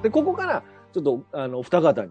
で、ここから、ちょっと、お二方に、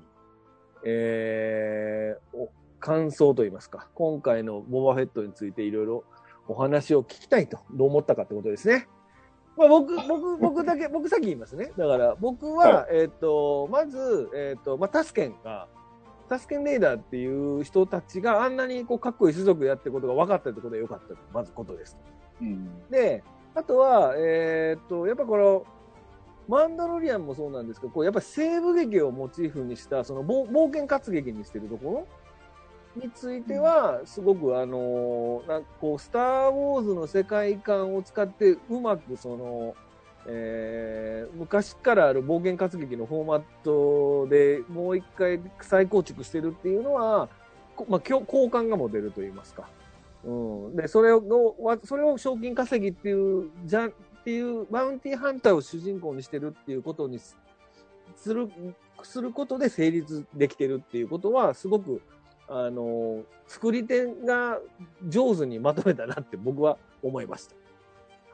感想といいますか、今回のボバフェットについていろいろお話を聞きたいと、どう思ったかってことですね。まあ、僕先言いますね。だから、僕は、まず、まあ、タスケンレイダーっていう人たちがあんなにこうかっこいい種族やってことが分かったってことは良かったと、まずことです。うん、で、あとは、やっぱこの、マンダロリアンもそうなんですけど、こうやっぱり西部劇をモチーフにした、その冒険活劇にしてるところについては、すごくなんかこう、スター・ウォーズの世界観を使って、うまくその、昔からある冒険活劇のフォーマットでもう一回再構築してるっていうのは、まあ、好感が持てると言いますか。うん。で、それを賞金稼ぎっていうマウンティーハンターを主人公にしてるっていうことにすることで成立できてるっていうことは、すごく、作り手が上手にまとめたなって僕は思いました。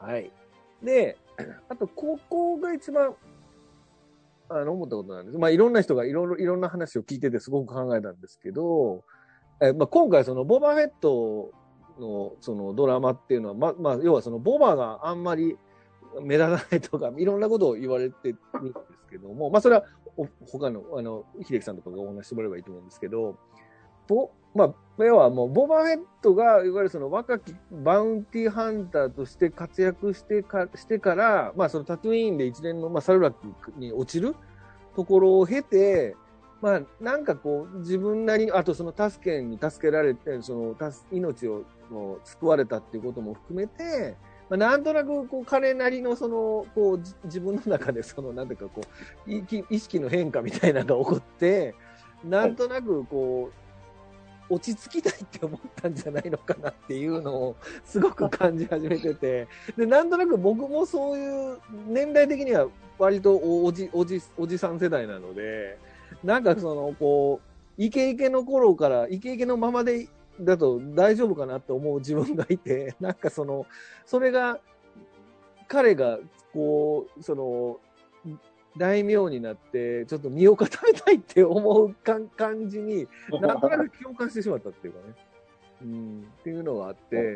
はい。で、あと、ここが一番、思ったことなんです。まあ、いろんな人がいろんな話を聞いててすごく考えたんですけど、まあ、今回そのボバフェットのそのドラマっていうのは、まあ、要はそのボバがあんまり目立たないとか、いろんなことを言われてるんですけども、まあ、それは他の、秀樹さんとかがお話してもらえばいいと思うんですけど、まあ、要はもう、ボバフェットが、いわゆるその若きバウンティーハンターとして活躍してから、まあ、そのタトゥイーンで一連の、まあ、サルラクに落ちるところを経て、まあ、なんかこう、自分なりに、あとそのタスケンに助けられて、その命を救われたっていうことも含めて、まあ、なんとなく、こう、彼なりの、その、こう、自分の中で、その、なんていうか、こう、意識の変化みたいなのが起こって、なんとなく、こう、落ち着きたいって思ったんじゃないのかなっていうのをすごく感じ始めてて、で、なんとなく僕もそういう年代的には割とおじさん世代なので、なんかその、こう、イケイケの頃からイケイケのままでだと大丈夫かなって思う自分がいて、なんかその、それが、彼が、こう、その、大名になって、ちょっと身を固めたいって思う感じに、なんとなく共感してしまったっていうかね。うん、っていうのがあって、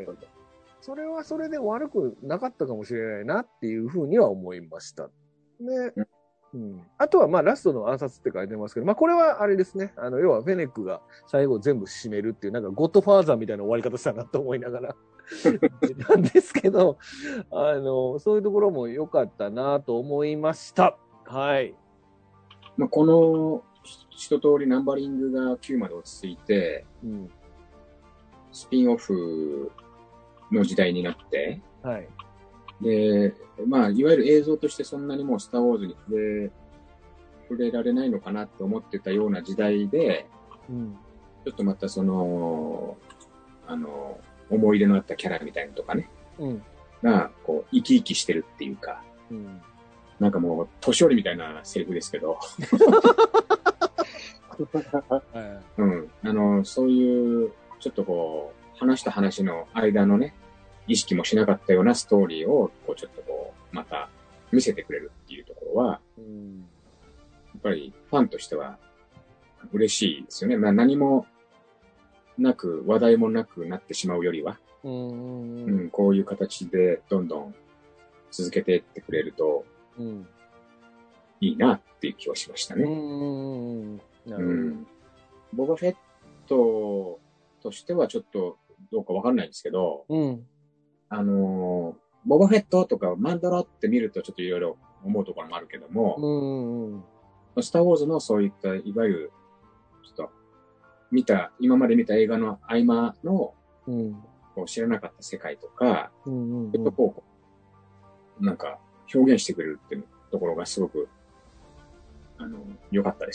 それはそれで悪くなかったかもしれないなっていうふうには思いました。で、うん、あとは、まあ、ラストの暗殺って書いてますけど、まあ、これはあれですね。要は、フェネックが最後全部締めるっていう、なんか、ゴッドファーザーみたいな終わり方したなと思いながらなんですけど、そういうところも良かったなと思いました。はい。 まあ、この一通りナンバリングが9まで落ち着いて、うん、スピンオフの時代になって、はい。で、まあ、いわゆる映像としてそんなにもうスター・ウォーズに触れられないのかなって思ってたような時代で、うん、ちょっとまたその、思い出のあったキャラみたいなのとかね、うん、が、こう、生き生きしてるっていうか、うん、なんかもう、年寄りみたいなセリフですけど、うん、そういう、ちょっとこう、話と話の間のね、意識もしなかったようなストーリーを、こう、ちょっとこう、また見せてくれるっていうところは、うん、やっぱりファンとしては嬉しいですよね。まあ何もなく、話題もなくなってしまうよりは、うん、こういう形でどんどん続けていってくれると、うん、いいなっていう気はしましたね。なるほど。うん、ボバフェットとしてはちょっとどうかわかんないんですけど、うん、ボバフェットとかマンダロって見るとちょっといろいろ思うところもあるけども、スター・ウォーズのそういったいわゆるちょっと今まで見た映画の合間の、うん、こう知らなかった世界とか、こうなんか表現してくれるっていうところがすごく良かったです。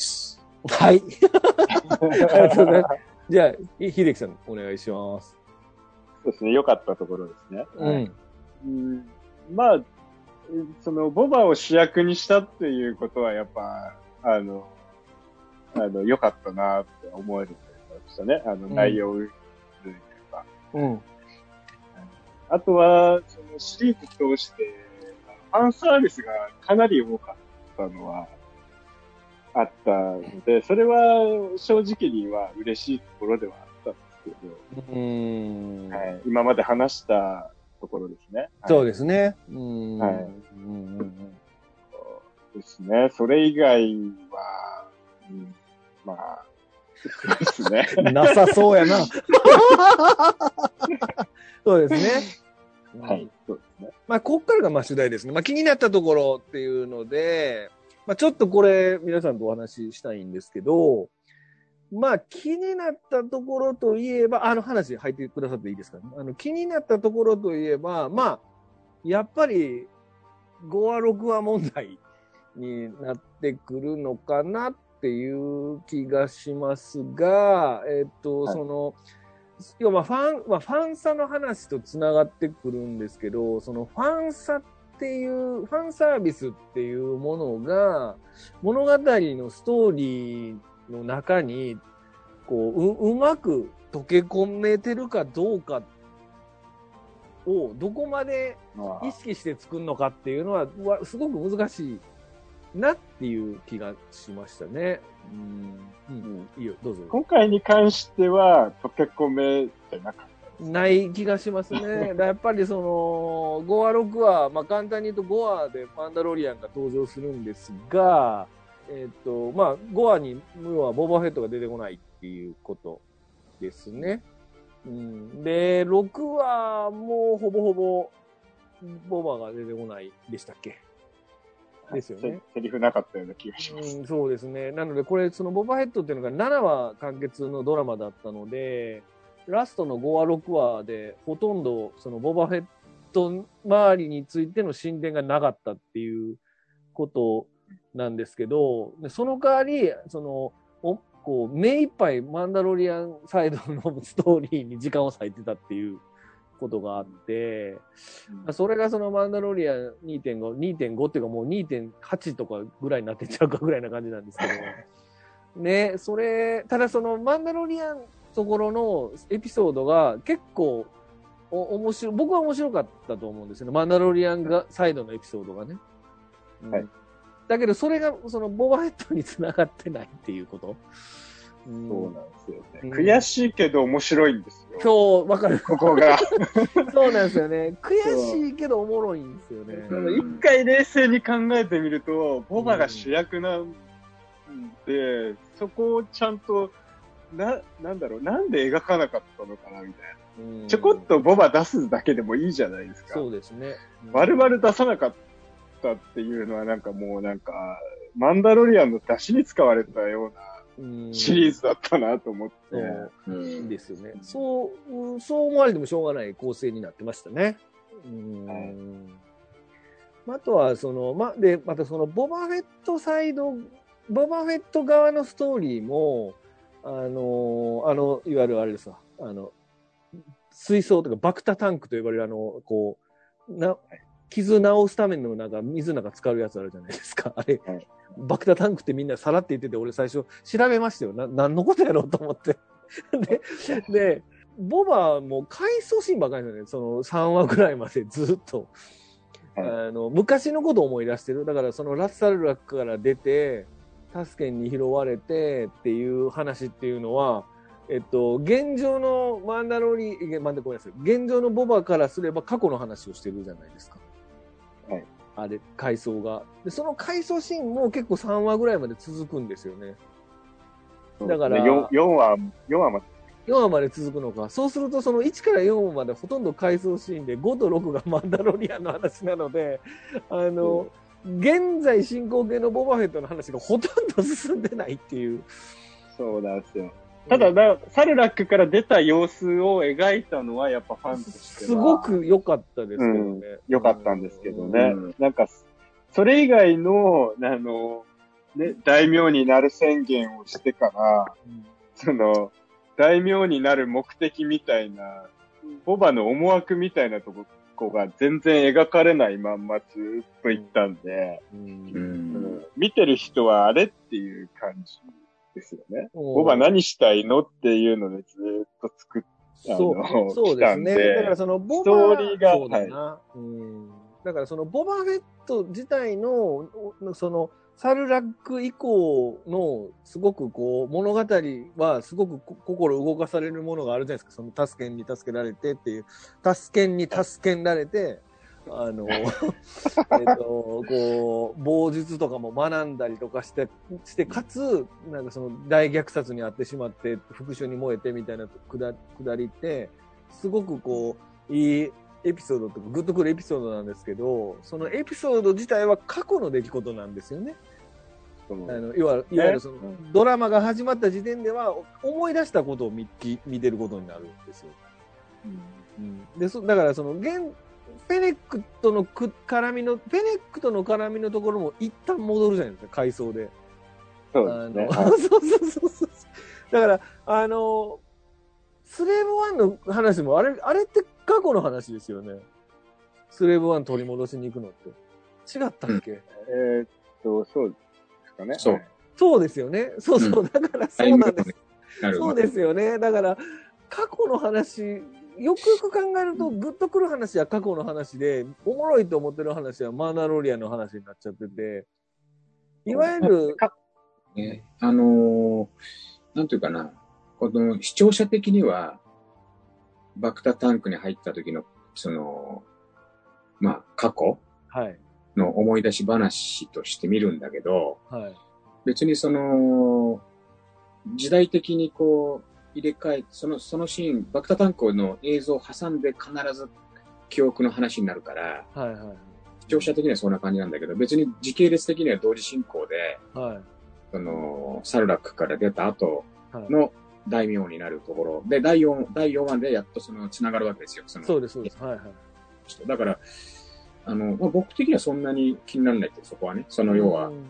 はい。ありがとうございます。じゃあ、秀樹さんお願いします。 そうですね、良かったところですね。うん。まあ、その、ボバを主役にしたっていうことは、やっぱ、良かったなって思えるましたね。内容というか。うん。あとは、そのシリーズ通して、ファンサービスがかなり多かったのは、 あったので、それは正直には嬉しいところではあったんですけど、はい、今まで話したところですね。 そうですね。 はい。ですね。それ以外は、まあ、そうですね。 なさそうやな。そうですね。 はい、そうですね。 まあ、こっからがまあ主題ですね。まあ、気になったところっていうので、まあ、ちょっとこれ、皆さんとお話ししたいんですけど、まあ、気になったところといえば、話入ってくださっていいですかね。気になったところといえば、まあ、やっぱり、5話、6話問題になってくるのかなっていう気がしますが、その、要はファンサの話とつながってくるんですけど、そのファンサっていう、ファンサービスっていうものが、物語のストーリーの中に、こう、うまく溶け込めてるかどうかを、どこまで意識して作るのかっていうのは、すごく難しいなっていう気がしましたね。いいよ、どうぞ。 今回に関しては、溶け込めてなかったない気がしますね。やっぱりその、5話、6話、まあ簡単に言うと5話でマンダロリアンが登場するんですが、まあ5話に、要はボバフェットが出てこないっていうことですね。で、6話もほぼほぼ、ボバが出てこないでしたっけですよね。 セリフなかったような気がします。 そうですね。なので、これ、そのボバヘッドっていうのが7話完結のドラマだったので、ラストの5話、6話で、ほとんど、そのボバフェット周りについての進展がなかったっていうことなんですけど、その代わり、その、こう、目いっぱいマンダロリアンサイドのストーリーに時間を割いてたっていうことがあって、それがそのマンダロリアン2.5、2.5っていうかもう 2.8 とかぐらいになってっちゃうかぐらいな感じなんですけど、ね、ただそのマンダロリアンところのエピソードが結構僕は面白かったと思うんですよね。マンダロリアンがサイドのエピソードがね。 はい。 だけどそれがそのボバヘッドに繋がってないっていうこと。 そうなんですよね。悔しいけど面白いんですよ。 そう、わかる。 ここが。 そうなんですよね。悔しいけどおもろいんですよね。 一回冷静に考えてみると、ボバが主役なんで、そこをちゃんと、なんだろう、なんで描かなかったのかなみたいな。ちょこっとボバ出すだけでもいいじゃないですか。 そうですね。 丸々出さなかったっていうのはなんかもうなんか、マンダロリアンの出汁に使われたような、シリーズだったなと思って。 いいですよね。そう思われてもしょうがない構成になってましたね。あとは、またそのボバフェットサイド、ボバフェット側のストーリーも、いわゆるあれですわ、水槽とかバクタタンクと呼ばれるこう、傷治すためのなんか水の中使うやつあるじゃないですか。あれ。バクタタンクってみんなさらって言ってて、俺最初調べましたよ。何のことやろうと思って。で、ボバも回想シーンばっかりですよね。その3話ぐらいまでずっと。昔のことを思い出してる。だからそのラッサルラックから出て、タスケンに拾われてっていう話っていうのは、現状のごめんなさい。現状のボバからすれば過去の話をしてるじゃないですか。 はい。 あれ、回想が。で、その回想シーンも結構3話ぐらいまで続くんですよね。だから、 4話まで。 4話まで続くのか。そうすると、その1から4話までほとんど回想シーンで、5と6がマンダロリアンの話なので、現在進行形のボバフェットの話がほとんど進んでないっていう。 そうなんですよ。ただ、サルラックから出た様子を描いたのはやっぱファンとしては。 すごく良かったですけどね。 良かったんですけどね。なんか、それ以外の、ね、大名になる宣言をしてから、その、大名になる目的みたいな、ボバの思惑みたいなとこが全然描かれないまんまずっといったんで、見てる人はあれっていう感じですよね。ボバ何したいのっていうのでずっとそうですね。だからそのボバ、 ストーリーが、 だからそのボバフェット自体の、そのサルラック以降のすごくこう物語はすごく心動かされるものがあるじゃないですか。その助けに助けられてっていう、助けに助けられて、こう、棒術とかも学んだりとかして、かつ、なんかその大虐殺に遭ってしまって、復讐に燃えてみたいなくだりって、すごくこう、いいエピソードとか、グッとくるエピソードなんですけど、そのエピソード自体は過去の出来事なんですよね。いわゆるその、ドラマが始まった時点では、思い出したことを見てることになるんですよ。だからその、フェネックとの絡みのところも一旦戻るじゃないですか、回想で。 そうですね。 そう。だから、スレーブ1の話も、あれって過去の話ですよね。スレーブ1取り戻しに行くのって。違ったっけ？ そうですかね。 そうですよね。そう。だからそうなんです。そうですよね。だから、過去の話、よくよく考えると、グッとくる話は過去の話で、おもろいと思ってる話はマーナロリアンの話になっちゃってて、いわゆる、 なんていうかな、この視聴者的には、バクタタンクに入った時の、その、過去の思い出し話として見るんだけど、別にその、時代的にこう、入れ替え、そのシーン、バクタタンクの映像を挟んで必ず記憶の話になるから、視聴者的にはそんな感じなんだけど、別に時系列的には同時進行で、その、サルラックから出た後の大名になるところ、で、第4話でやっとその、繋がるわけですよ。 そうです。 だから、僕的にはそんなに気にならないって、そこはね、その要は、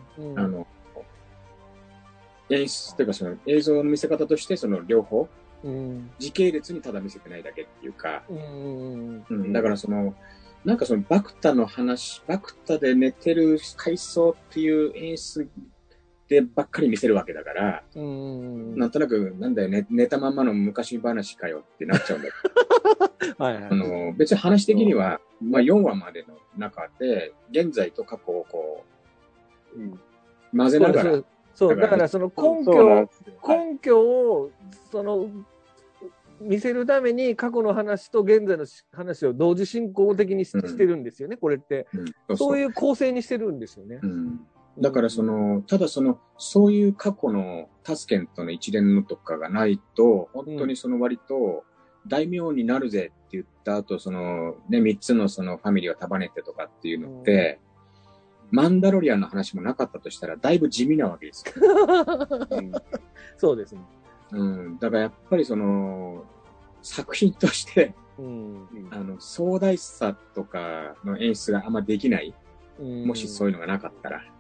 演出というかその映像の見せ方としてその両方、時系列にただ見せてないだけっていうか、だからその、なんかそのバクタで寝てる回想っていう演出でばっかり見せるわけだから、なんとなくなんだよね、寝たまんまの昔話かよってなっちゃうんだけど、別に話的には、4話までの中で、現在と過去をこう、混ぜながら、 そう、だからその根拠を、その、見せるために過去の話と現在の話を同時進行的にしてるんですよね、これって。そういう構成にしてるんですよね。 だからその、ただその、そういう過去のタスケンとの一連のとかがないと、本当にその割と、大名になるぜって言った後、その、ね、3つのそのファミリーを束ねてとかっていうのって、マンダロリアンの話もなかったとしたら、だいぶ地味なわけですよ。 そうですね。 だからやっぱりその、作品として、壮大さとかの演出があんまできない。もしそういうのがなかったら。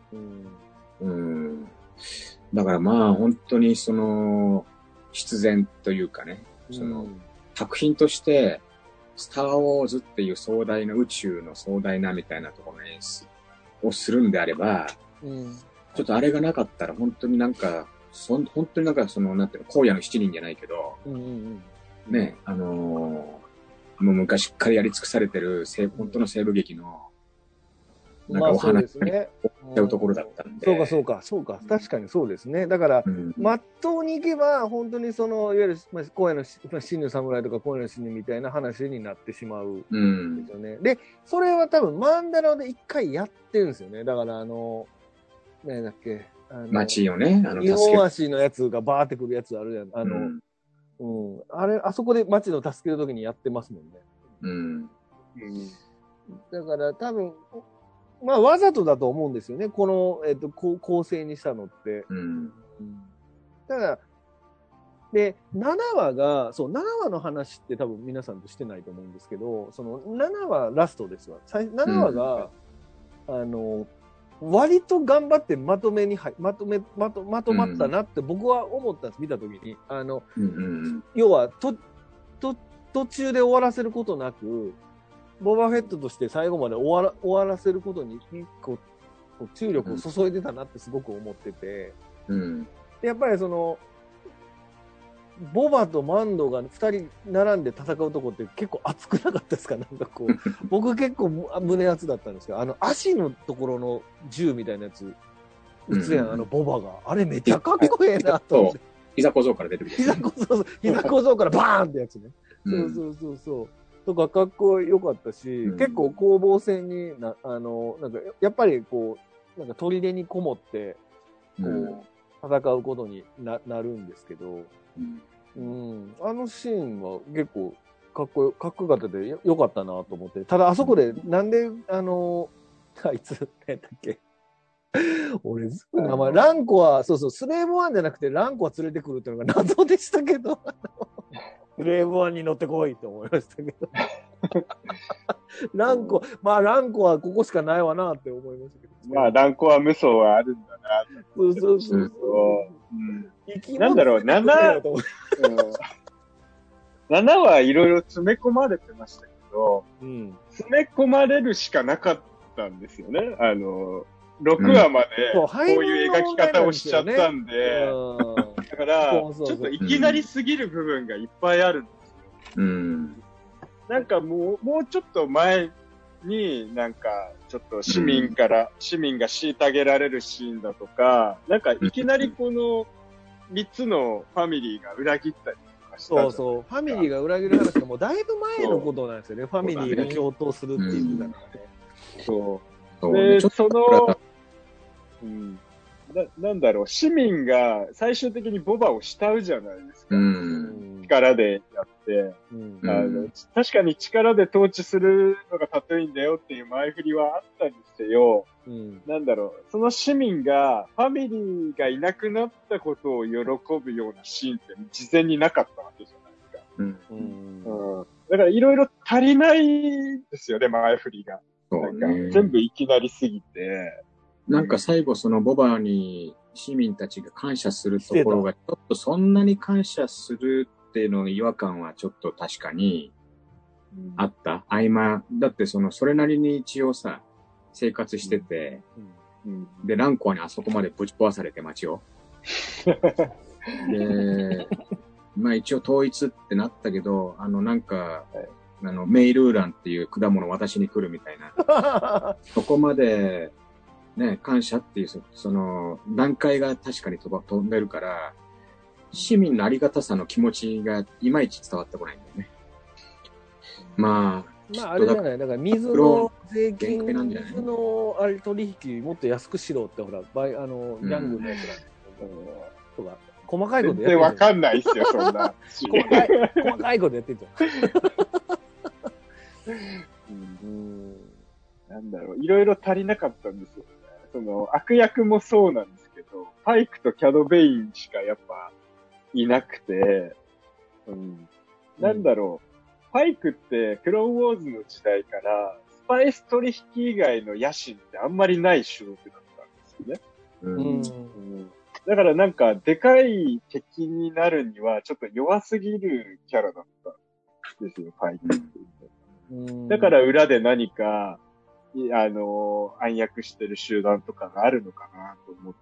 だから本当にその、必然というかね、その、作品として、スターウォーズっていう壮大な宇宙の壮大なみたいなところの演出をするんであれば、ちょっとあれがなかったら本当になんか、本当になんかその、なんていうの、荒野の7人じゃないけど、ね、もう昔からやり尽くされてる本当の西部劇の、なんかお話になっちゃうところだったんで。 そうか。確かにそうですね。だから、まっとうに行けば、本当にその、いわゆる、荒野の真の侍とか荒野の死人みたいな話になってしまうんですよね。で、それは多分、マンダラオで一回やってるんですよね。だから、何だっけ、 街をね、 日本足のやつがバーってくるやつあるじゃん。あれ、あそこで街の助けるときにやってますもんね。だから多分、わざとだと思うんですよね。この、構成にしたのって。ただ、で、7話の話って多分皆さんとしてないと思うんですけど、その7話ラストですわ。7話が、割と頑張ってまとまったなって僕は思ったんです、見たときに。要は、途中で終わらせることなく、ボバフェットとして最後まで終わらせることに注力を注いでたなってすごく思ってて、やっぱりその、ボバとマンドが2人並んで戦うとこって結構熱くなかったですか？なんかこう、僕結構胸熱だったんですけど、足のところの銃みたいなやつ、 打つやん、ボバが。あれめっちゃかっこええなと思って。 膝小僧から出てくる。 膝小僧からバーンってやつね。そう。とかかっこよかったし、結構攻防戦になんか、やっぱりこう、なんか砦にこもって、こう、戦うことになるんですけど、あのシーンは結構かっこよかったでよかったなと思って。ただあそこで、なんで、あいつ、何だっけ俺、名前、ランコは、そう、スレーブワンじゃなくてランコは連れてくるっていうのが謎でしたけど、スレーブワンに乗ってこいと思いましたけど。ランコはここしかないわなって思いましたけど。 まあ、ランコは無双はあるんだな。 そう。 なんだろう、7はいろいろ詰め込まれてましたけど、詰め込まれるしかなかったんですよね。6話までこういう描き方をしちゃったんで、だから、ちょっといきなりすぎる部分がいっぱいあるんですよ。なんかもうちょっと前になんかちょっと市民が虐げられるシーンだとか、なんかいきなりこの3つのファミリーが裏切ったりとかした。 そう。ファミリーが裏切る話がもうだいぶ前のことなんですよね。ファミリーが共闘するっていうのがね。 そう。で、なんだろう、市民が最終的にボバを慕うじゃないですか。力でやって、確かに力で統治するのがたとえいいんだよっていう前振りはあったにせよ、なんだろう、その市民がファミリーがいなくなったことを喜ぶようなシーンって事前になかったわけじゃないですか。だからいろいろ足りないですよね、前振りが。なんか全部いきなりすぎて。 なんか最後そのボバに市民たちが感謝するところがちょっとそんなに感謝するっていうのの違和感はちょっと確かにあった。合間。だってそれなりに一応さ、生活してて、で、ランコアにあそこまでぶち壊されて街を。で、まあ一応統一ってなったけど、なんか、メイルーランっていう果物を渡しに来るみたいな。そこまで、ね、感謝っていう、段階が確かに飛んでるから、市民のありがたさの気持ちがいまいち伝わってこないんだよね。まあ、あれじゃない、だから水の税金、水のあれ取引もっと安くしろって、ほら、ギャングのやつらとか、細かいことやってる。全然わかんないっすよ、そんな。 細かいことやってるじゃん。 なんだろう、いろいろ足りなかったんですよ。悪役もそうなんですけど、パイクとキャド・ベインしかやっぱいなくて、なんだろう、パイクってクローンウォーズの時代からスパイス取引以外の野心ってあんまりない種族だったんですよね。だからなんかでかい敵になるにはちょっと弱すぎるキャラだったんですよ、パイクって。だから裏で何か暗躍してる集団とかがあるのかなと思って、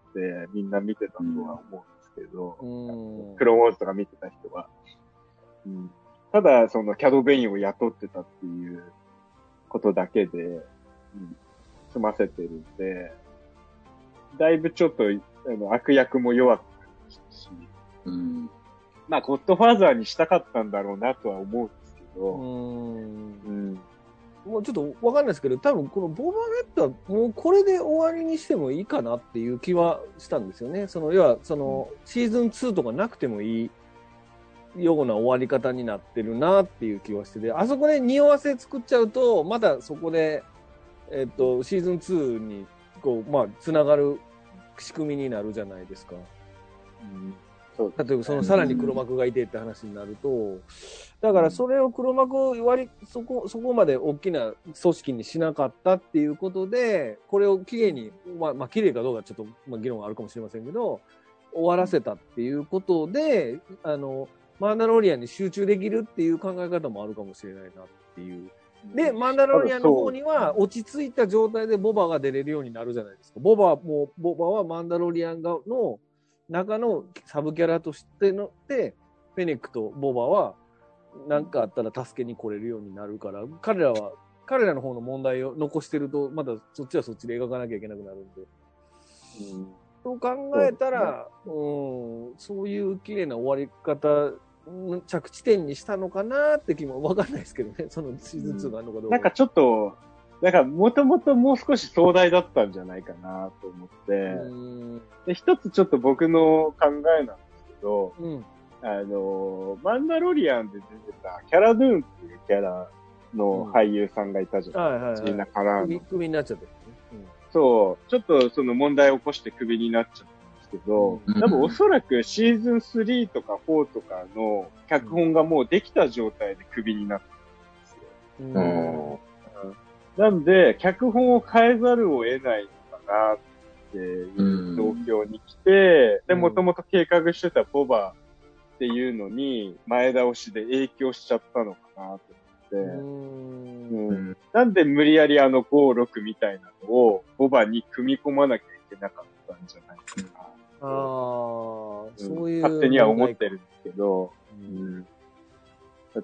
みんな見てたとは思うんですけど、クローンウォーズとか見てた人は。ただ、キャド・ベインを雇ってたっていうことだけで、済ませてるんで、だいぶちょっと、悪役も弱くなりましたし、まあ、ゴッドファーザーにしたかったんだろうなとは思うんですけど、 もうちょっとわかんないですけど、多分このボバフェットはもうこれで終わりにしてもいいかなっていう気はしたんですよね。要はシーズン2とかなくてもいいような終わり方になってるなっていう気はしてて、あそこで匂わせ作っちゃうと、またそこで、シーズン2につながる仕組みになるじゃないですか。例えばさらに黒幕がいてって話になると、だからそれを黒幕をそこまで大きな組織にしなかったっていうことで、これを綺麗に、綺麗かどうかちょっと、議論があるかもしれませんけど、終わらせたっていうことで、マンダロリアンに集中できるっていう考え方もあるかもしれないなっていう。で、マンダロリアンの方には落ち着いた状態でボバが出れるようになるじゃないですか。ボバはマンダロリアンの中のサブキャラとしてので、フェネックとボバは何かあったら助けに来れるようになるから、彼らの方の問題を残してると、またそっちはそっちで描かなきゃいけなくなるんで。 と考えたら、そういう綺麗な終わり方、着地点にしたのかなって気もわかんないですけどね、そのシーズン2があるのかどうか。 なんかちょっと、なんかもともともう少し壮大だったんじゃないかなと思って、で、一つちょっと僕の考えなんですけど、マンダロリアンで出てたキャラドゥーンっていうキャラの俳優さんがいたじゃないですか。みんなからの。 クビになっちゃって、 そう、ちょっとその問題を起こしてクビになっちゃったんですけど、多分おそらくシーズン3とか4とかの脚本がもうできた状態でクビになったんですよ。なんで、脚本を変えざるを得ないのかなっていう状況に来て、で、もともと計画してたボバっていうのに前倒しで影響しちゃったのかなと思って、なんで無理やり5、6みたいなのをボバに組み込まなきゃいけなかったんじゃないかな。 そういう。 勝手には思ってるんですけど、だって、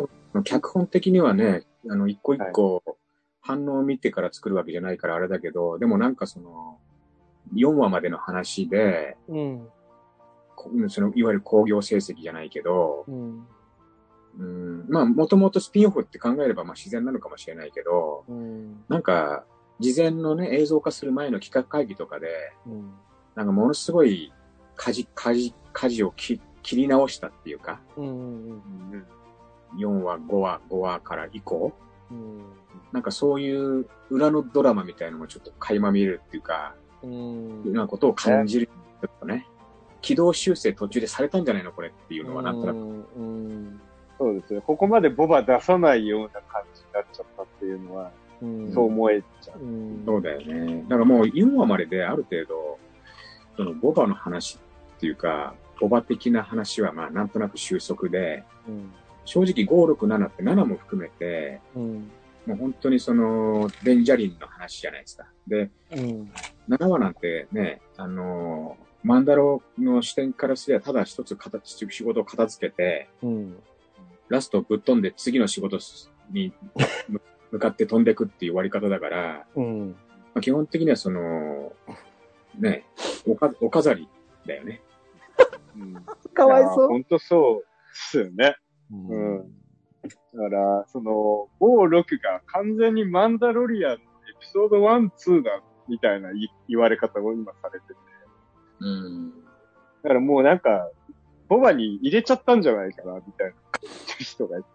脚本的にはね、一個一個、反応を見てから作るわけじゃないからあれだけど、でもなんかその、4話までの話で、そのいわゆる興行成績じゃないけど、まあ、もともとスピンオフって考えればまあ自然なのかもしれないけど、なんか、事前のね、映像化する前の企画会議とかで、なんかものすごい舵を切り直したっていうか、4話、5話から以降、なんかそういう裏のドラマみたいなのもちょっと垣間見れるっていうか、いうようなことを感じるとね、軌道修正途中でされたんじゃないのこれっていうのはなんとなく。 そうですよ。ここまでボバ出さないような感じになっちゃったっていうのは、そう思えちゃう。 そうだよね。だからもう4話までである程度、そのボバの話っていうか、ボバ的な話はまあなんとなく収束で、正直5、6、7って7も含めて、もう本当にその、ベンジャリンの話じゃないですか。で、7話なんてね、マンダロの視点からすればただ一つ仕事を片付けて、ラストぶっ飛んで次の仕事に向かって飛んでいくっていう終わり方だから、まあ、基本的にはその、ね、お飾りだよね。 かわいそう。 本当そうですよね。だから、その、5、6が完全にマンダロリアンのエピソード1、2だ、みたいな言われ方を今されてて。だからもうなんか、ボバに入れちゃったんじゃないかな、みたいな人がいて。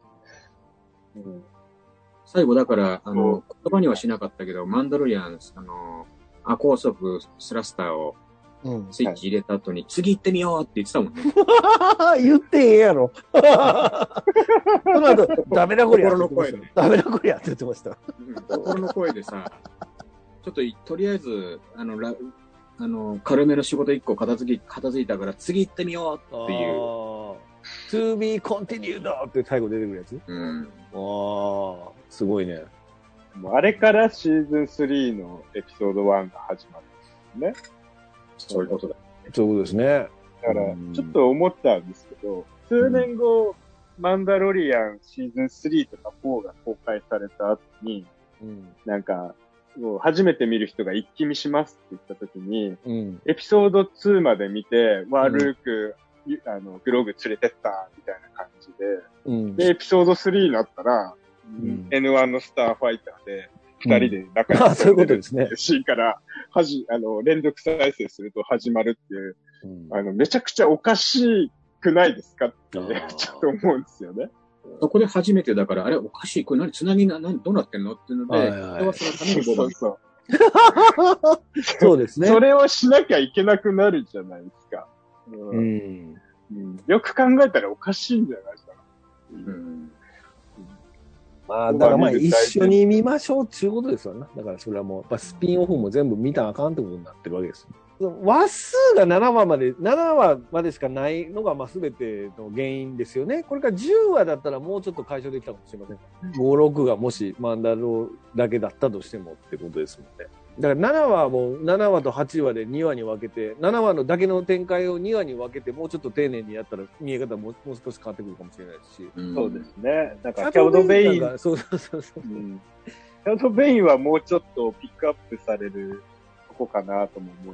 最後だから、言葉にはしなかったけど、マンダロリアン、アコーソフスラスターをスイッチ入れた後に、次行ってみようって言ってたもんね。 言ってええやろ。その後、ダメだこりゃ。 心の声で。 ダメだこりゃって言ってました。 心の声でさ、ちょっととりあえず、軽めの仕事1個片付いたから次行ってみようっていう。 to be continued って最後出てくるやつ？すごいね。 あれからシーズン3のエピソード1が始まるんですね。 そういうことだ。 そういうことですね。 だから、ちょっと思ったんですけど、数年後、マンダロリアンシーズン3とか4が公開された後に、なんか、もう初めて見る人が一気見しますって言った時に、エピソード2まで見て、ルーク、グローグ連れてったみたいな感じで、で、エピソード3になったら、N1 のスターファイターで、二人で仲良くそういうことですね。 シーンから、連続再生すると始まるっていう、めちゃくちゃおかしくないですかって、ちょっと思うんですよね。 そこで初めてだから、あれおかしい、これつなぎどうなってんのっていうので、人はそのためにボバに。 そうですね。 それをしなきゃいけなくなるじゃないですか。よく考えたらおかしいんじゃないですか。 だから一緒に見ましょうっていうことですよね。だからそれはもう、やっぱスピンオフも全部見たらあかんってことになってるわけです。話数が7話までしかないのが全ての原因ですよね。これから10話だったらもうちょっと解消できたかもしれません。5、6がもしマンダロだけだったとしてもってことですもんね。だから7話も7話と8話で2話に分けて、7話のだけの展開を2話に分けて、もうちょっと丁寧にやったら見え方もう少し変わってくるかもしれないし。 そうですね。なんかキャウド・ベイン。キャウド・ベインはもうちょっとピックアップされるとこかなとも思います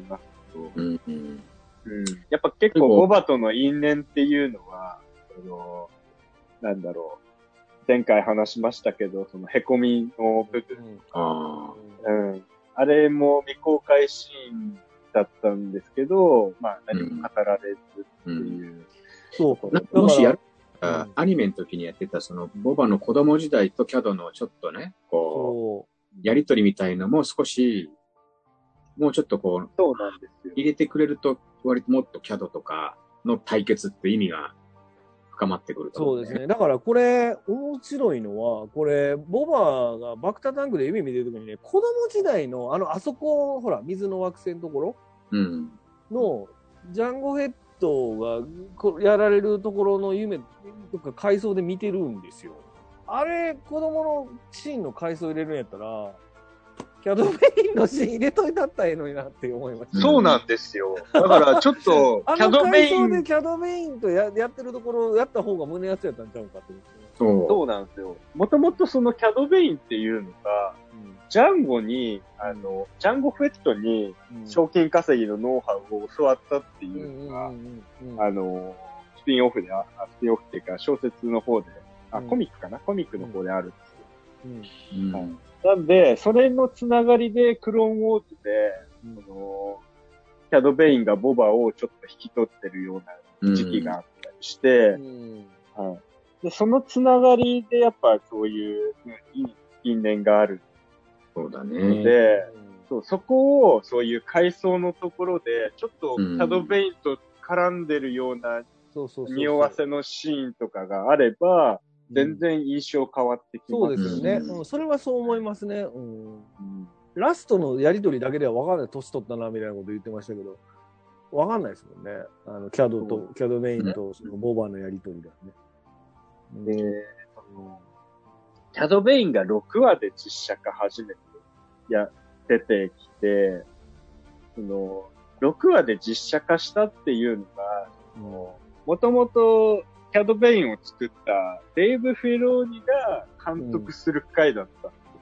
うんうん。 やっぱ結構ボバとの因縁っていうのは、なんだろう。前回話しましたけど、その凹みの部分。あれも未公開シーンだったんですけど、まあ何も語られずっていう。 そう。 もしやる、アニメの時にやってたそのボバの子供時代とキャドのちょっとね、こう、やりとりみたいのも少し、もうちょっとこう、 そうなんですよ。 入れてくれると、割ともっとキャドとかの対決って意味が深まってくると思う、 そうですね。だからこれ、面白いのは、これ、ボバがバクタタンクで夢見てる時にね、子供時代の、あそこ、ほら、水の惑星のところの、ジャンゴヘッドがやられるところの夢とか回想で見てるんですよ。あれ、子供のシーンの回想入れるんやったら、キャドメインのシーン入れといたったらええのになって思いました。 そうなんですよ。だからちょっと、 キャドメイン。でキャドメインとやってるところやった方が胸熱やったんちゃうかって。 そうなんですよ。もともとそのキャドメインっていうのが、ジャンゴに、ジャンゴフェットに賞金稼ぎのノウハウを教わったっていうのが、スピンオフっていうか小説の方で、コミックかなコミックの方であるんですよ。なんで、それのつながりで、クローンウォーズで、キャド・ベインがボバをちょっと引き取ってるような時期があったりして、でそのつながりで、やっぱそういう因縁がある。 そうだね。 で、そこを、そういう階層のところで、ちょっとキャド・ベインと絡んでるような、匂わせのシーンとかがあれば、全然印象変わってきます。 そうですよね。それはそう思いますね。ラストのやりとりだけでは分かんない。年取ったな、みたいなこと言ってましたけど、分かんないですもんね。キャドメインとそのボバのやりとりだよね。で、キャドベインが6話で実写化初めて出てきて、6話で実写化したっていうのが、もともとキャドベインを作ったデイブ・フェローニが監督する回だった。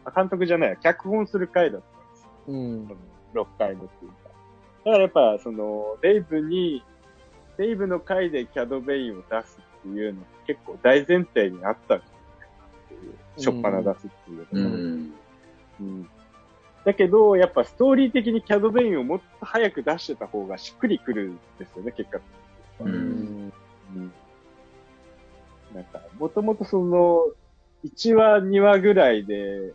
監督じゃない、脚本する回だったんです。6回のっていうか。だからやっぱ、デイブの回でキャドベインを出すっていうのは結構大前提にあったんじゃないかなっていう。しょっぱな出すっていうの。だけど、やっぱストーリー的にキャドベインをもっと早く出してた方がしっくりくるんですよね、結果的に。なんか、もともと1話、2話ぐらいで、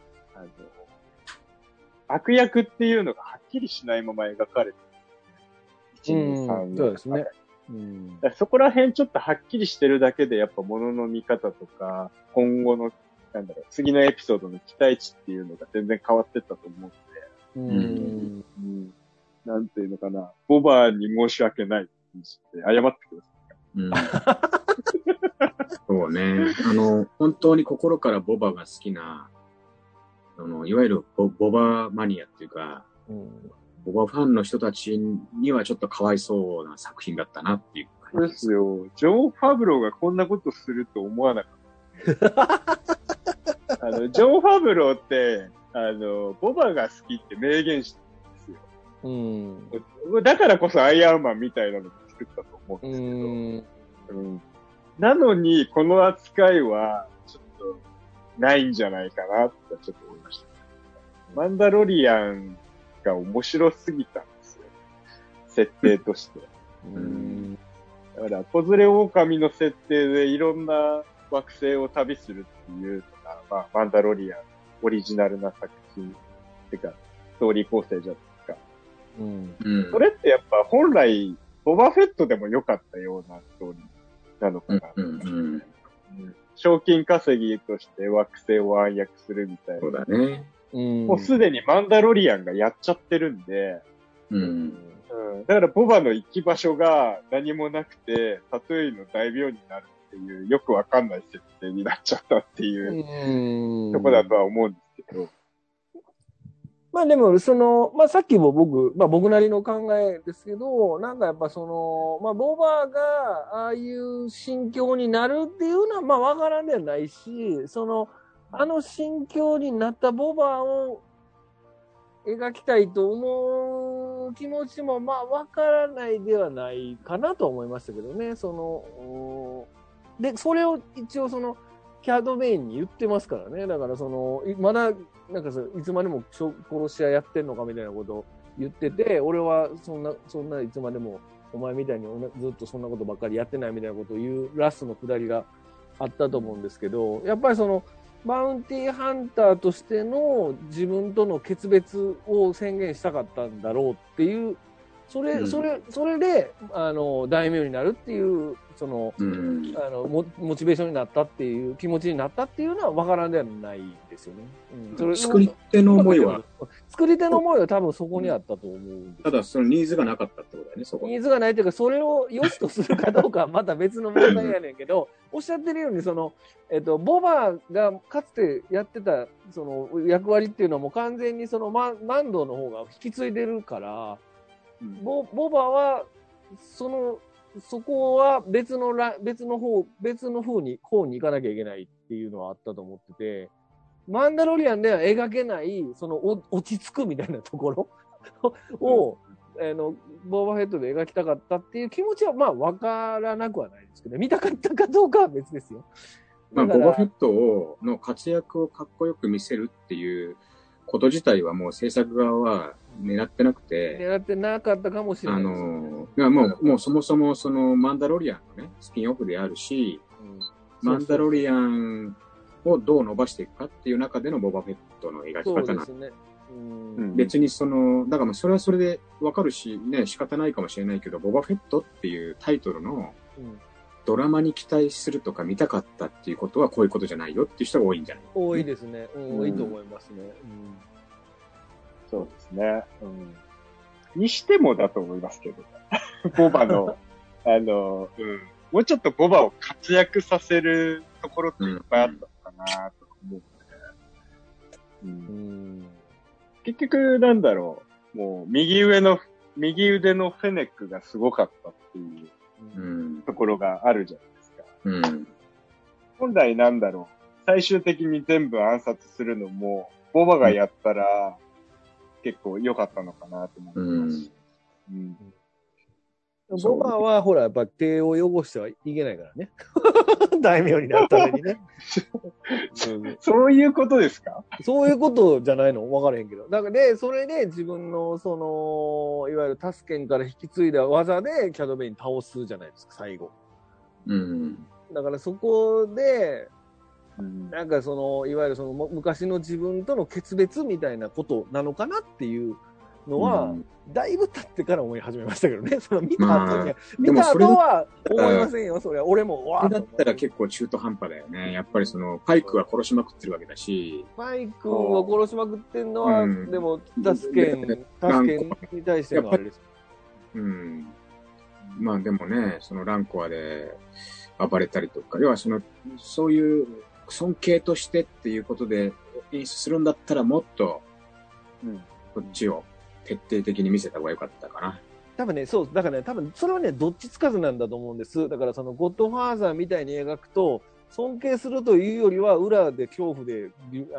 悪役っていうのがはっきりしないまま描かれてる。1、2、3。 そうですね。 そこら辺ちょっとはっきりしてるだけで、やっぱ物の見方とか、今後の、次のエピソードの期待値っていうのが全然変わってったと思うんで、なんていうのかな、ボバに申し訳ないって謝ってください。 そうね。本当に心からボバが好きな、いわゆるボバマニアっていうか、ボバファンの人たちにはちょっとかわいそうな作品だったなっていう感じです。よ。ジョン・ファブローがこんなことすると思わなかった。ジョン・ファブローって、ボバが好きって明言したんですよ。だからこそアイアンマンみたいなのを作ったと思うんですけど。なのに、この扱いは、ちょっと、ないんじゃないかなってちょっと思いました。マンダロリアンが面白すぎたんですよ。設定として。だから、子連れ狼の設定でいろんな惑星を旅するっていうのが、マンダロリアン、オリジナルな作品、ってか、ストーリー構成じゃないですか。それってやっぱ本来、ボバフェットでも良かったようなストーリーなのかな。賞金稼ぎとして惑星を暗躍するみたいな。 そうだね。 もうすでにマンダロリアンがやっちゃってるんで、だからボバの行き場所が何もなくて、タトゥーイの大名になるっていう、よくわかんない設定になっちゃったっていうとこだとは思うんですけど。 まあでも、まあさっきも僕なりの考えですけど、なんかやっぱまあボバがああいう心境になるっていうのはまあわからんではないし、心境になったボバを描きたいと思っいう気持ちも、まあ、わからないではないかなと思いましたけどね。で、それを一応キャドメインに言ってますからね。だからまだ、なんかいつまでも殺し屋やってんのかみたいなことを言ってて、俺はそんないつまでもお前みたいにずっとそんなことばっかりやってないみたいなことを言うラストのくだりがあったと思うんですけど、やっぱりバウンティーハンターとしての自分との決別を宣言したかったんだろうっていう、それで、大名になるっていう、モチベーションになったっていう気持ちになったっていうのは分からんではないですよね。 作り手の思いは多分そこにあったと思うんです。 ただそのニーズがなかったってことだよね、そこ。 ニーズがないというか、それを良しとするかどうかはまた別の問題やねんけど、おっしゃってるように、ボバがかつてやってた、役割っていうのはもう完全にマンドの方が引き継いでるから、ボバは、そこは別の方に行かなきゃいけないっていうのはあったと思ってて、マンダロリアンでは描けない、落ち着くみたいなところを、ボーバーヘッドで描きたかったっていう気持ちは、まあ、わからなくはないですけど、見たかったかどうかは別ですよ。 まあ、ボーバーヘッドの活躍をかっこよく見せるっていうこと自体はもう制作側は狙ってなくて。 狙ってなかったかもしれないです、ね。 もうそもそもマンダロリアンのね、スピンオフであるし、マンダロリアンをどう伸ばしていくかっていう中でのボーバーヘッドの描き方なんですね。別にだからそれはそれでわかるし、ね、仕方ないかもしれないけど、ボバフェットっていうタイトルのドラマに期待するとか見たかったっていうことはこういうことじゃないよっていう人が多いんじゃない？ 多いですね。多いと思いますね。 そうですね。にしてもだと思いますけど、ボバの、もうちょっとボバを活躍させるところっていっぱいあったのかなと思う。結局、なんだろう。もう、右腕のフェネックがすごかったっていうところがあるじゃないですか。本来なんだろう。最終的に全部暗殺するのも、ボバがやったら、結構良かったのかなと思います。 ボバは、ほら、やっぱ手を汚してはいけないからね。大名になるためにね。 そういうことですか？ そういうことじゃないの？分からへんけど。だから、それで自分の、いわゆるタスケンから引き継いだ技でキャドベイン倒すじゃないですか、最後。だからそこで、なんかいわゆる昔の自分との決別みたいなことなのかなっていうのは、だいぶ経ってから思い始めましたけどね。見た後には、見た後は思いませんよ、それは。俺も、 わーだったら結構中途半端だよね。やっぱりパイクは殺しまくってるわけだし。 パイクを殺しまくってんのは、でも、タスケンに対してのあれです。 まあでもね、ランコアで暴れたりとか、要はそういう尊敬としてっていうことで演出するんだったらもっと、こっちを徹底的に見せた方が良かったかな。 多分ね、そう、だからね、多分それはね、どっちつかずなんだと思うんです。だからゴッドファーザーみたいに描くと、尊敬するというよりは、裏で恐怖で、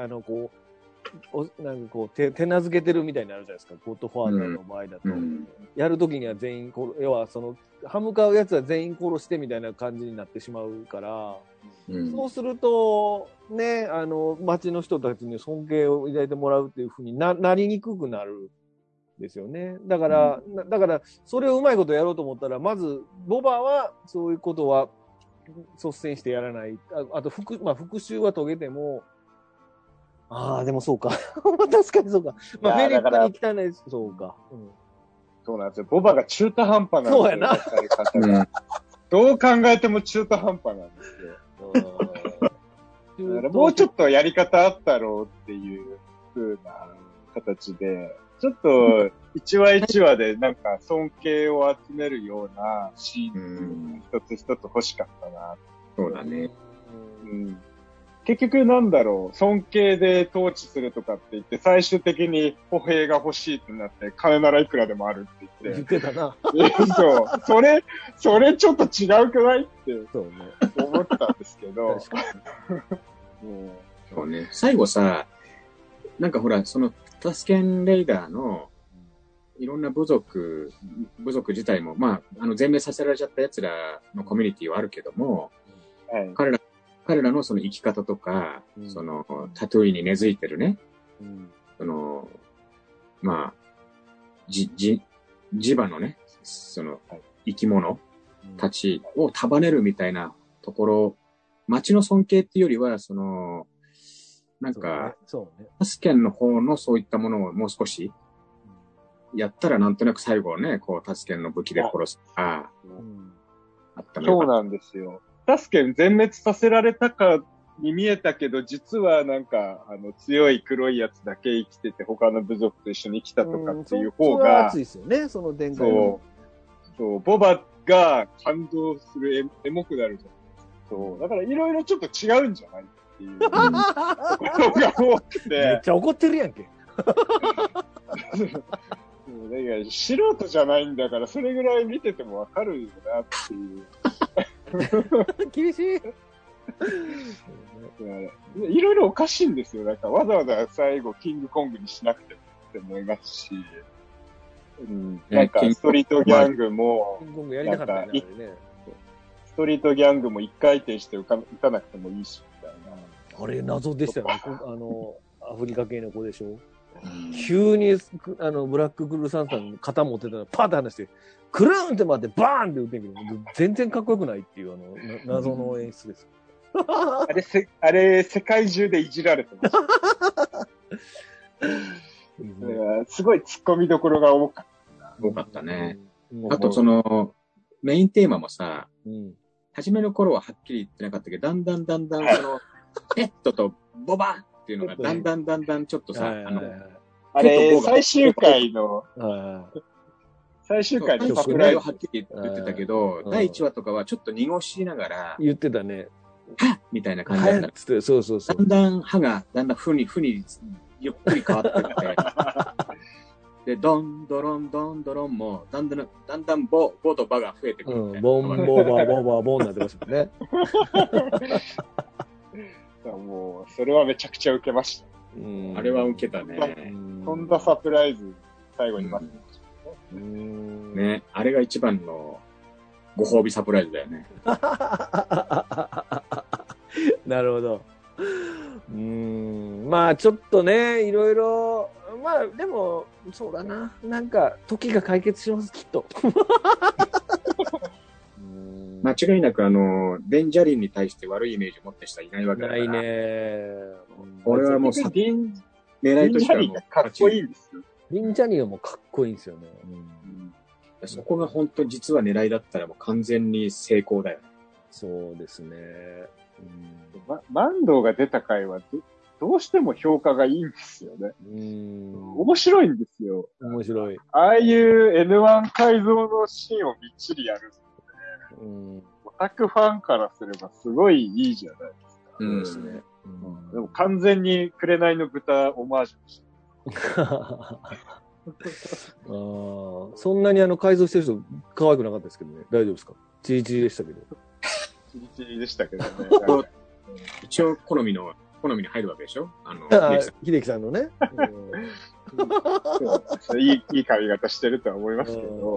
なんか手なずけてるみたいになるじゃないですか、ゴッドファーザーの場合だと。やるときには全員要は歯向かうやつは全員殺してみたいな感じになってしまうから、そうすると、ね、街の人たちに尊敬を抱いてもらうっていうふうになりにくくなる。ですよね。だから、それをうまいことやろうと思ったら、まず、ボバは、そういうことは、率先してやらない。あと、復讐は遂げても、でもそうか。確かにそうか。メリットに汚いです。そうか。 そうなんですよ。ボバが中途半端なんですよ。 そうやな。 どう考えても中途半端なんですよ。もうちょっとやり方あったろうっていう風な形で、ちょっと、一話一話でなんか尊敬を集めるようなシーン一つ一つ欲しかったな。 そうだね。 結局なんだろう、尊敬で統治するとかって言って、最終的に歩兵が欲しいってなって、金ならいくらでもあるって言って。 言ってたな。 そう。それちょっと違うくないって思ったんですけど。 そうね。最後さ、なんかほら、タスケンレイダーの、 いろんな部族自体も、まあ、全滅させられちゃった奴らのコミュニティはあるけども、 はい、 彼らのその生き方とか、その、タトゥーに根付いてるね、その、まあ、地場のね、その、生き物たちを束ねるみたいなところ、町の尊敬っていうよりは、その、なんか、タスケンの方のそういったものをもう少し、やったらなんとなく最後ね、こう、タスケンの武器で殺すとか、 あったのよ。そうなんですよ。タスケン全滅させられたかに見えたけど、実はなんか、強い黒いやつだけ生きてて、他の部族と一緒に来たとかっていう方が、 熱いですよね、その展開そう、ボバが感動するエモくなるじゃん。そう、だからいろいろちょっと違うんじゃないっていうところが多くて。 めっちゃ怒ってるやんけ。 素人じゃないんだから、それぐらい見ててもわかるよなっていう。 厳しい。 いろいろおかしいんですよ。なんかわざわざ最後キングコングにしなくてもって思いますし、なんかストリートギャングも、ストリートギャングも一回転して打たなくてもいいしみたいな。あれ謎でしたよね。アフリカ系の子でしょ。急にブラッククルーサンさんの肩持ってたらパーって離してクルーンって回ってバーンって打ってんけど全然かっこよくないっていう謎の演出です。 あれ世界中でいじられてました。すごい突っ込みどころが多かったね。あとそのメインテーマもさ、初めの頃ははっきり言ってなかったけど、だんだんそのペットとボバっていうのがだんだんちょっとさ、 あれ、最終回のサプライズはっきり言ってたけど、第1話とかはちょっと濁しながら、 言ってたね。 はっみたいな感じだった。 そうそうそう。 だんだん歯が、だんだんふにゆっくり変わってきて、で、ドンドロンも、だんだんボとバが増えてくるみたいな。 ボンボーになってましたね。 もう、それはめちゃくちゃ受けました。 あれは受けたね。 そんなサプライズ、最後に待ってましたね。ね、あれが一番のご褒美サプライズだよね。 なるほど。まあちょっとね、いろいろ、まあでも、そうだな。なんか、時が解決します、きっと。 間違いなくベンジャリンに対して悪いイメージを持って人はいないわけだから。 ないね。 俺はもう狙いとしてはもうかっこいいんですよ。 ベンジャリンはもうかっこいいんですよね。 そこが本当実は狙いだったらもう完全に成功だよね。 そうですね。 マンドーが出た回はどうしても評価がいいんですよね。面白いんですよ。 面白い。 ああいう N1 改造のシーンをみっちりやる。オタクファンからすればすごいいいじゃないですか。 そうですね。 でも完全に紅の豚オマージュでした。 そんなに改造してる人可愛くなかったですけどね。大丈夫ですか？チリチリでしたけど。 チリチリでしたけどね。 一応好みに入るわけでしょ？ 秀樹さんのね。 いい髪型してるとは思いますけど。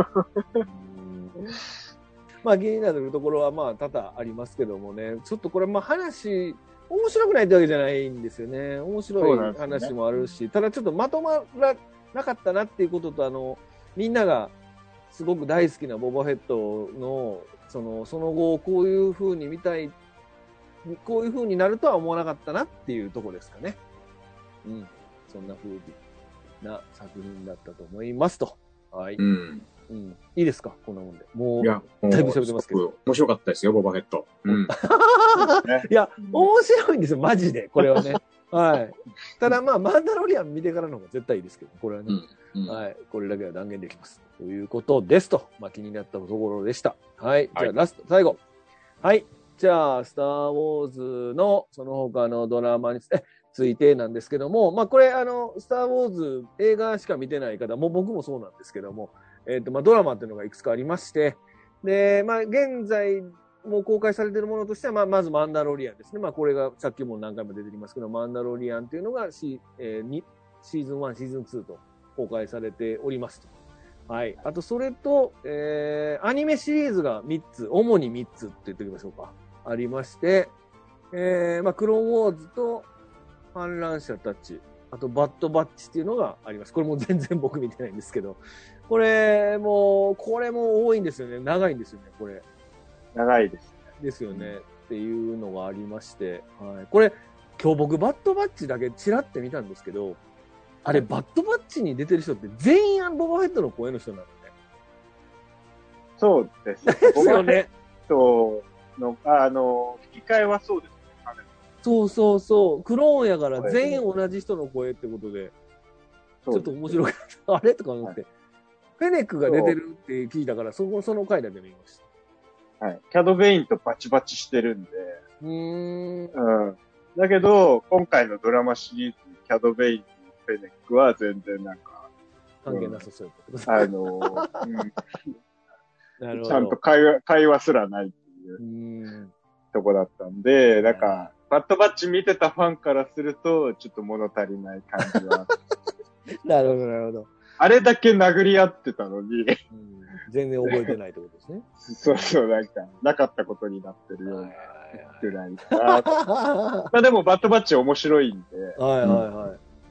まあ気になるところはまあ多々ありますけどもね、ちょっとこれまあ話、面白くないってわけじゃないんですよね。面白い話もあるし、ただちょっとまとまらなかったなっていうことと、みんながすごく大好きなボバフェットの、その後こういう風に見たい、こういう風になるとは思わなかったなっていうところですかね。そんな風な作品だったと思いますと。はい。いいですかこんなもんで。もう、だいぶ喋ってますけど。 面白かったですよ、ボバフェット。 いや、面白いんですよ、マジで。これはね。はい。ただまあ、マンダロリアン見てからの方が絶対いいですけど、これはね。はい。これだけは断言できます。ということですと。まあ、気になったところでした。はい。じゃあ、ラスト、最後。はい。じゃあ、スター・ウォーズの、その他のドラマについてなんですけども、まあ、これ、スター・ウォーズ映画しか見てない方、もう僕もそうなんですけども、まあ、ドラマっていうのがいくつかありまして、で、まあ、現在もう公開されているものとしては、まずマンダロリアンですね。まあ、これがさっきも何回も出てきますけど、マンダロリアンっていうのがシーズン1、シーズン2と公開されておりますと。はい。あと、それと、アニメシリーズが3つ、主に3つって言っておきましょうか。ありまして、まあ、クローンウォーズと反乱者たち、あと、バッドバッチっていうのがあります。これも全然僕見てないんですけど、これも多いんですよね。長いんですよね、これ。 長いですね。 ですよね。っていうのがありまして、はい。これ、今日僕、バッドバッチだけチラって見たんですけど、あれ、バッドバッチに出てる人って全員ボバフェットの声の人なのね。 そうです。 ですよね。 ボバフェットの、吹き替えはそうですね。 そうそうそう。クローンやから全員同じ人の声ってことで、ちょっと面白かった。あれとか思って。フェネックが出てるって聞いたから、その回だけ見ました。 はい。キャド・ベインとバチバチしてるんで。 うん。 だけど、今回のドラマシリーズ、キャド・ベインとフェネックは全然なんか、 関係なさそういうことちゃんと会話すらないっていうとこだったんで、なんか、バッドバッチ見てたファンからすると、ちょっと物足りない感じは。 なるほど、なるほど。 あれだけ殴り合ってたのに、 全然覚えてないってことですね。 そうそう、なんか、なかったことになってるようなぐらいか。まあでも、バッドバッチ面白いんで。 はいはいはい。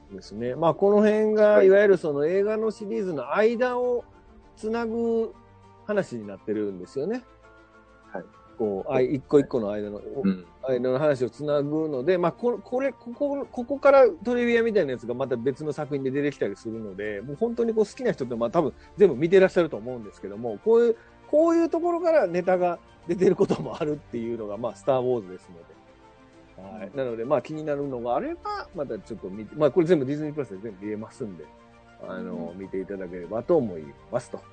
ですね。まあ、この辺が、いわゆるその映画のシリーズの間をつなぐ話になってるんですよね。 はい。 こう、一個一個の間の話をつなぐので、まあ、ここからトリビアみたいなやつがまた別の作品で出てきたりするので、もう本当に好きな人って、まあ多分全部見てらっしゃると思うんですけども、こういうところからネタが出てることもあるっていうのが、まあ、スター・ウォーズですので。はい。なので、まあ気になるのがあれば、またちょっと見て、まあこれ全部ディズニープラスで全部見れますんで、見ていただければと思いますと。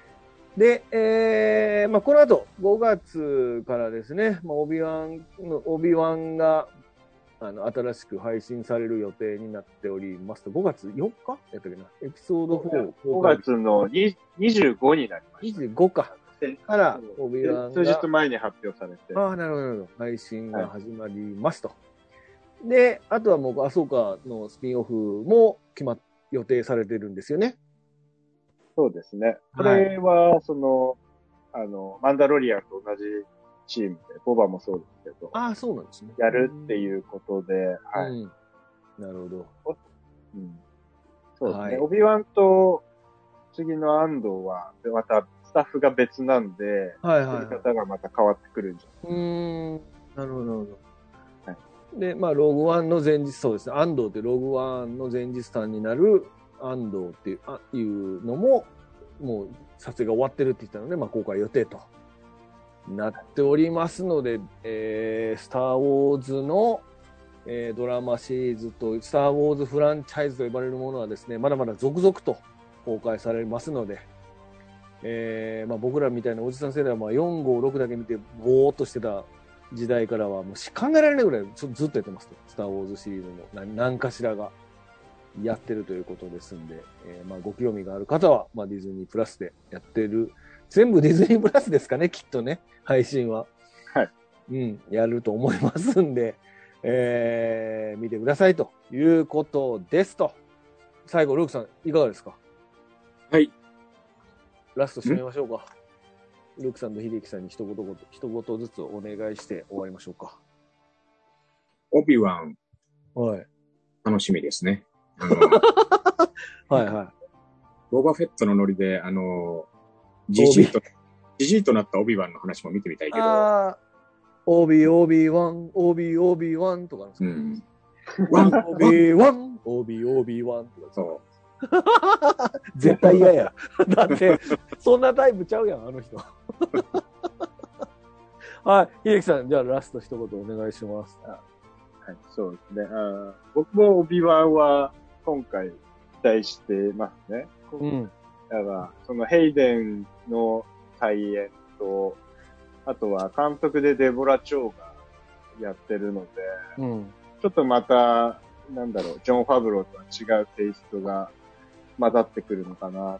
で、まあ、この後、5月からですね、まあ、オビワンが、新しく配信される予定になっておりますと、5月4日やったっけな、エピソード4。 5月の25になりました。 25か。から、オビワンが。 数日前に発表されて。 ああ、なるほど、なるほど。配信が始まりますと。はい、で、あとはもう、アソーカのスピンオフも予定されてるんですよね。 そうですね。これは、マンダロリアンと同じチームで、ボバもそうですけど。 ああ、そうなんですね。 やるっていうことで、はい。 なるほど。 そうですね。オビワンと次の安藤は、またスタッフが別なんで、作り方がまた変わってくるんじゃないなるほど、なるほど。はい。で、まあ、ログワンの前日、そうですね。安藤ってログワンの前日譚になる、安藤っていうのも、もう撮影が終わってるって言ったので、まあ、公開予定となっておりますので、スター・ウォーズの、ドラマシリーズと、スター・ウォーズフランチャイズと呼ばれるものはですね、まだまだ続々と公開されますので、まあ、僕らみたいなおじさん世代はまあ4、5、6だけ見て、ぼーっとしてた時代からは、もう考えられないぐらいずっとやってますと。スター・ウォーズシリーズの何かしらが。やってるということですんで、まあご興味がある方は、まあディズニープラスでやってる。全部ディズニープラスですかね、きっとね、配信は。 はい。 やると思いますんで、見てくださいということですと。最後、ルークさん、いかがですか？ はい。 ラスト締めましょうか。ルークさんと秀樹さんに一言ずつお願いして終わりましょうか。 オビワン。 はい。 楽しみですね。 はいはい。 ボバフェットのノリで、ジジイとなったオビワンの話も見てみたいけど。 オビワンとかですか、オビワンとか。 そう。 絶対嫌や。だって、そんなタイプちゃうやん、あの人。はい。秀樹さん、じゃあラスト一言お願いします。 はい、そうですね。僕もオビワンは今回期待してますね。だから、そのヘイデンの再演と、あとは監督でデボラ・チョーがやってるので、ちょっとまた、なんだろう、ジョン・ファブローとは違うテイストが混ざってくるのかなと思って、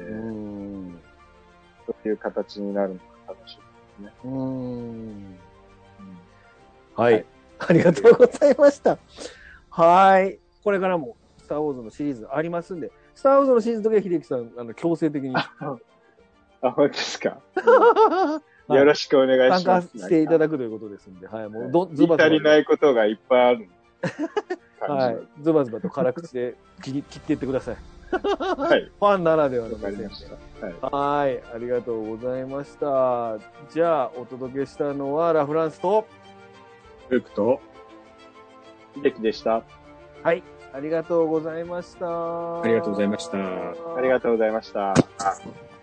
そういう形になるのが楽しみですね。 はい。ありがとうございました。はい。これからもスター・ウォーズのシリーズありますんで、 スターウォーズのシーズンの時は秀樹さん、強制的に。 あ、本当ですか。 はい、 よろしくお願いします。 参加していただくということですんで、はい、もうズバズバ。足りないことがいっぱいある。 はい。ズバズバと辛口で切っていってください。 はい。 ファンならではの目線で。 はい。ありがとうございました。じゃあ、お届けしたのは、ラ・フランスと、 ルークと、 秀樹でした。 はい。ありがとうございました。 ありがとうございました。 ありがとうございました。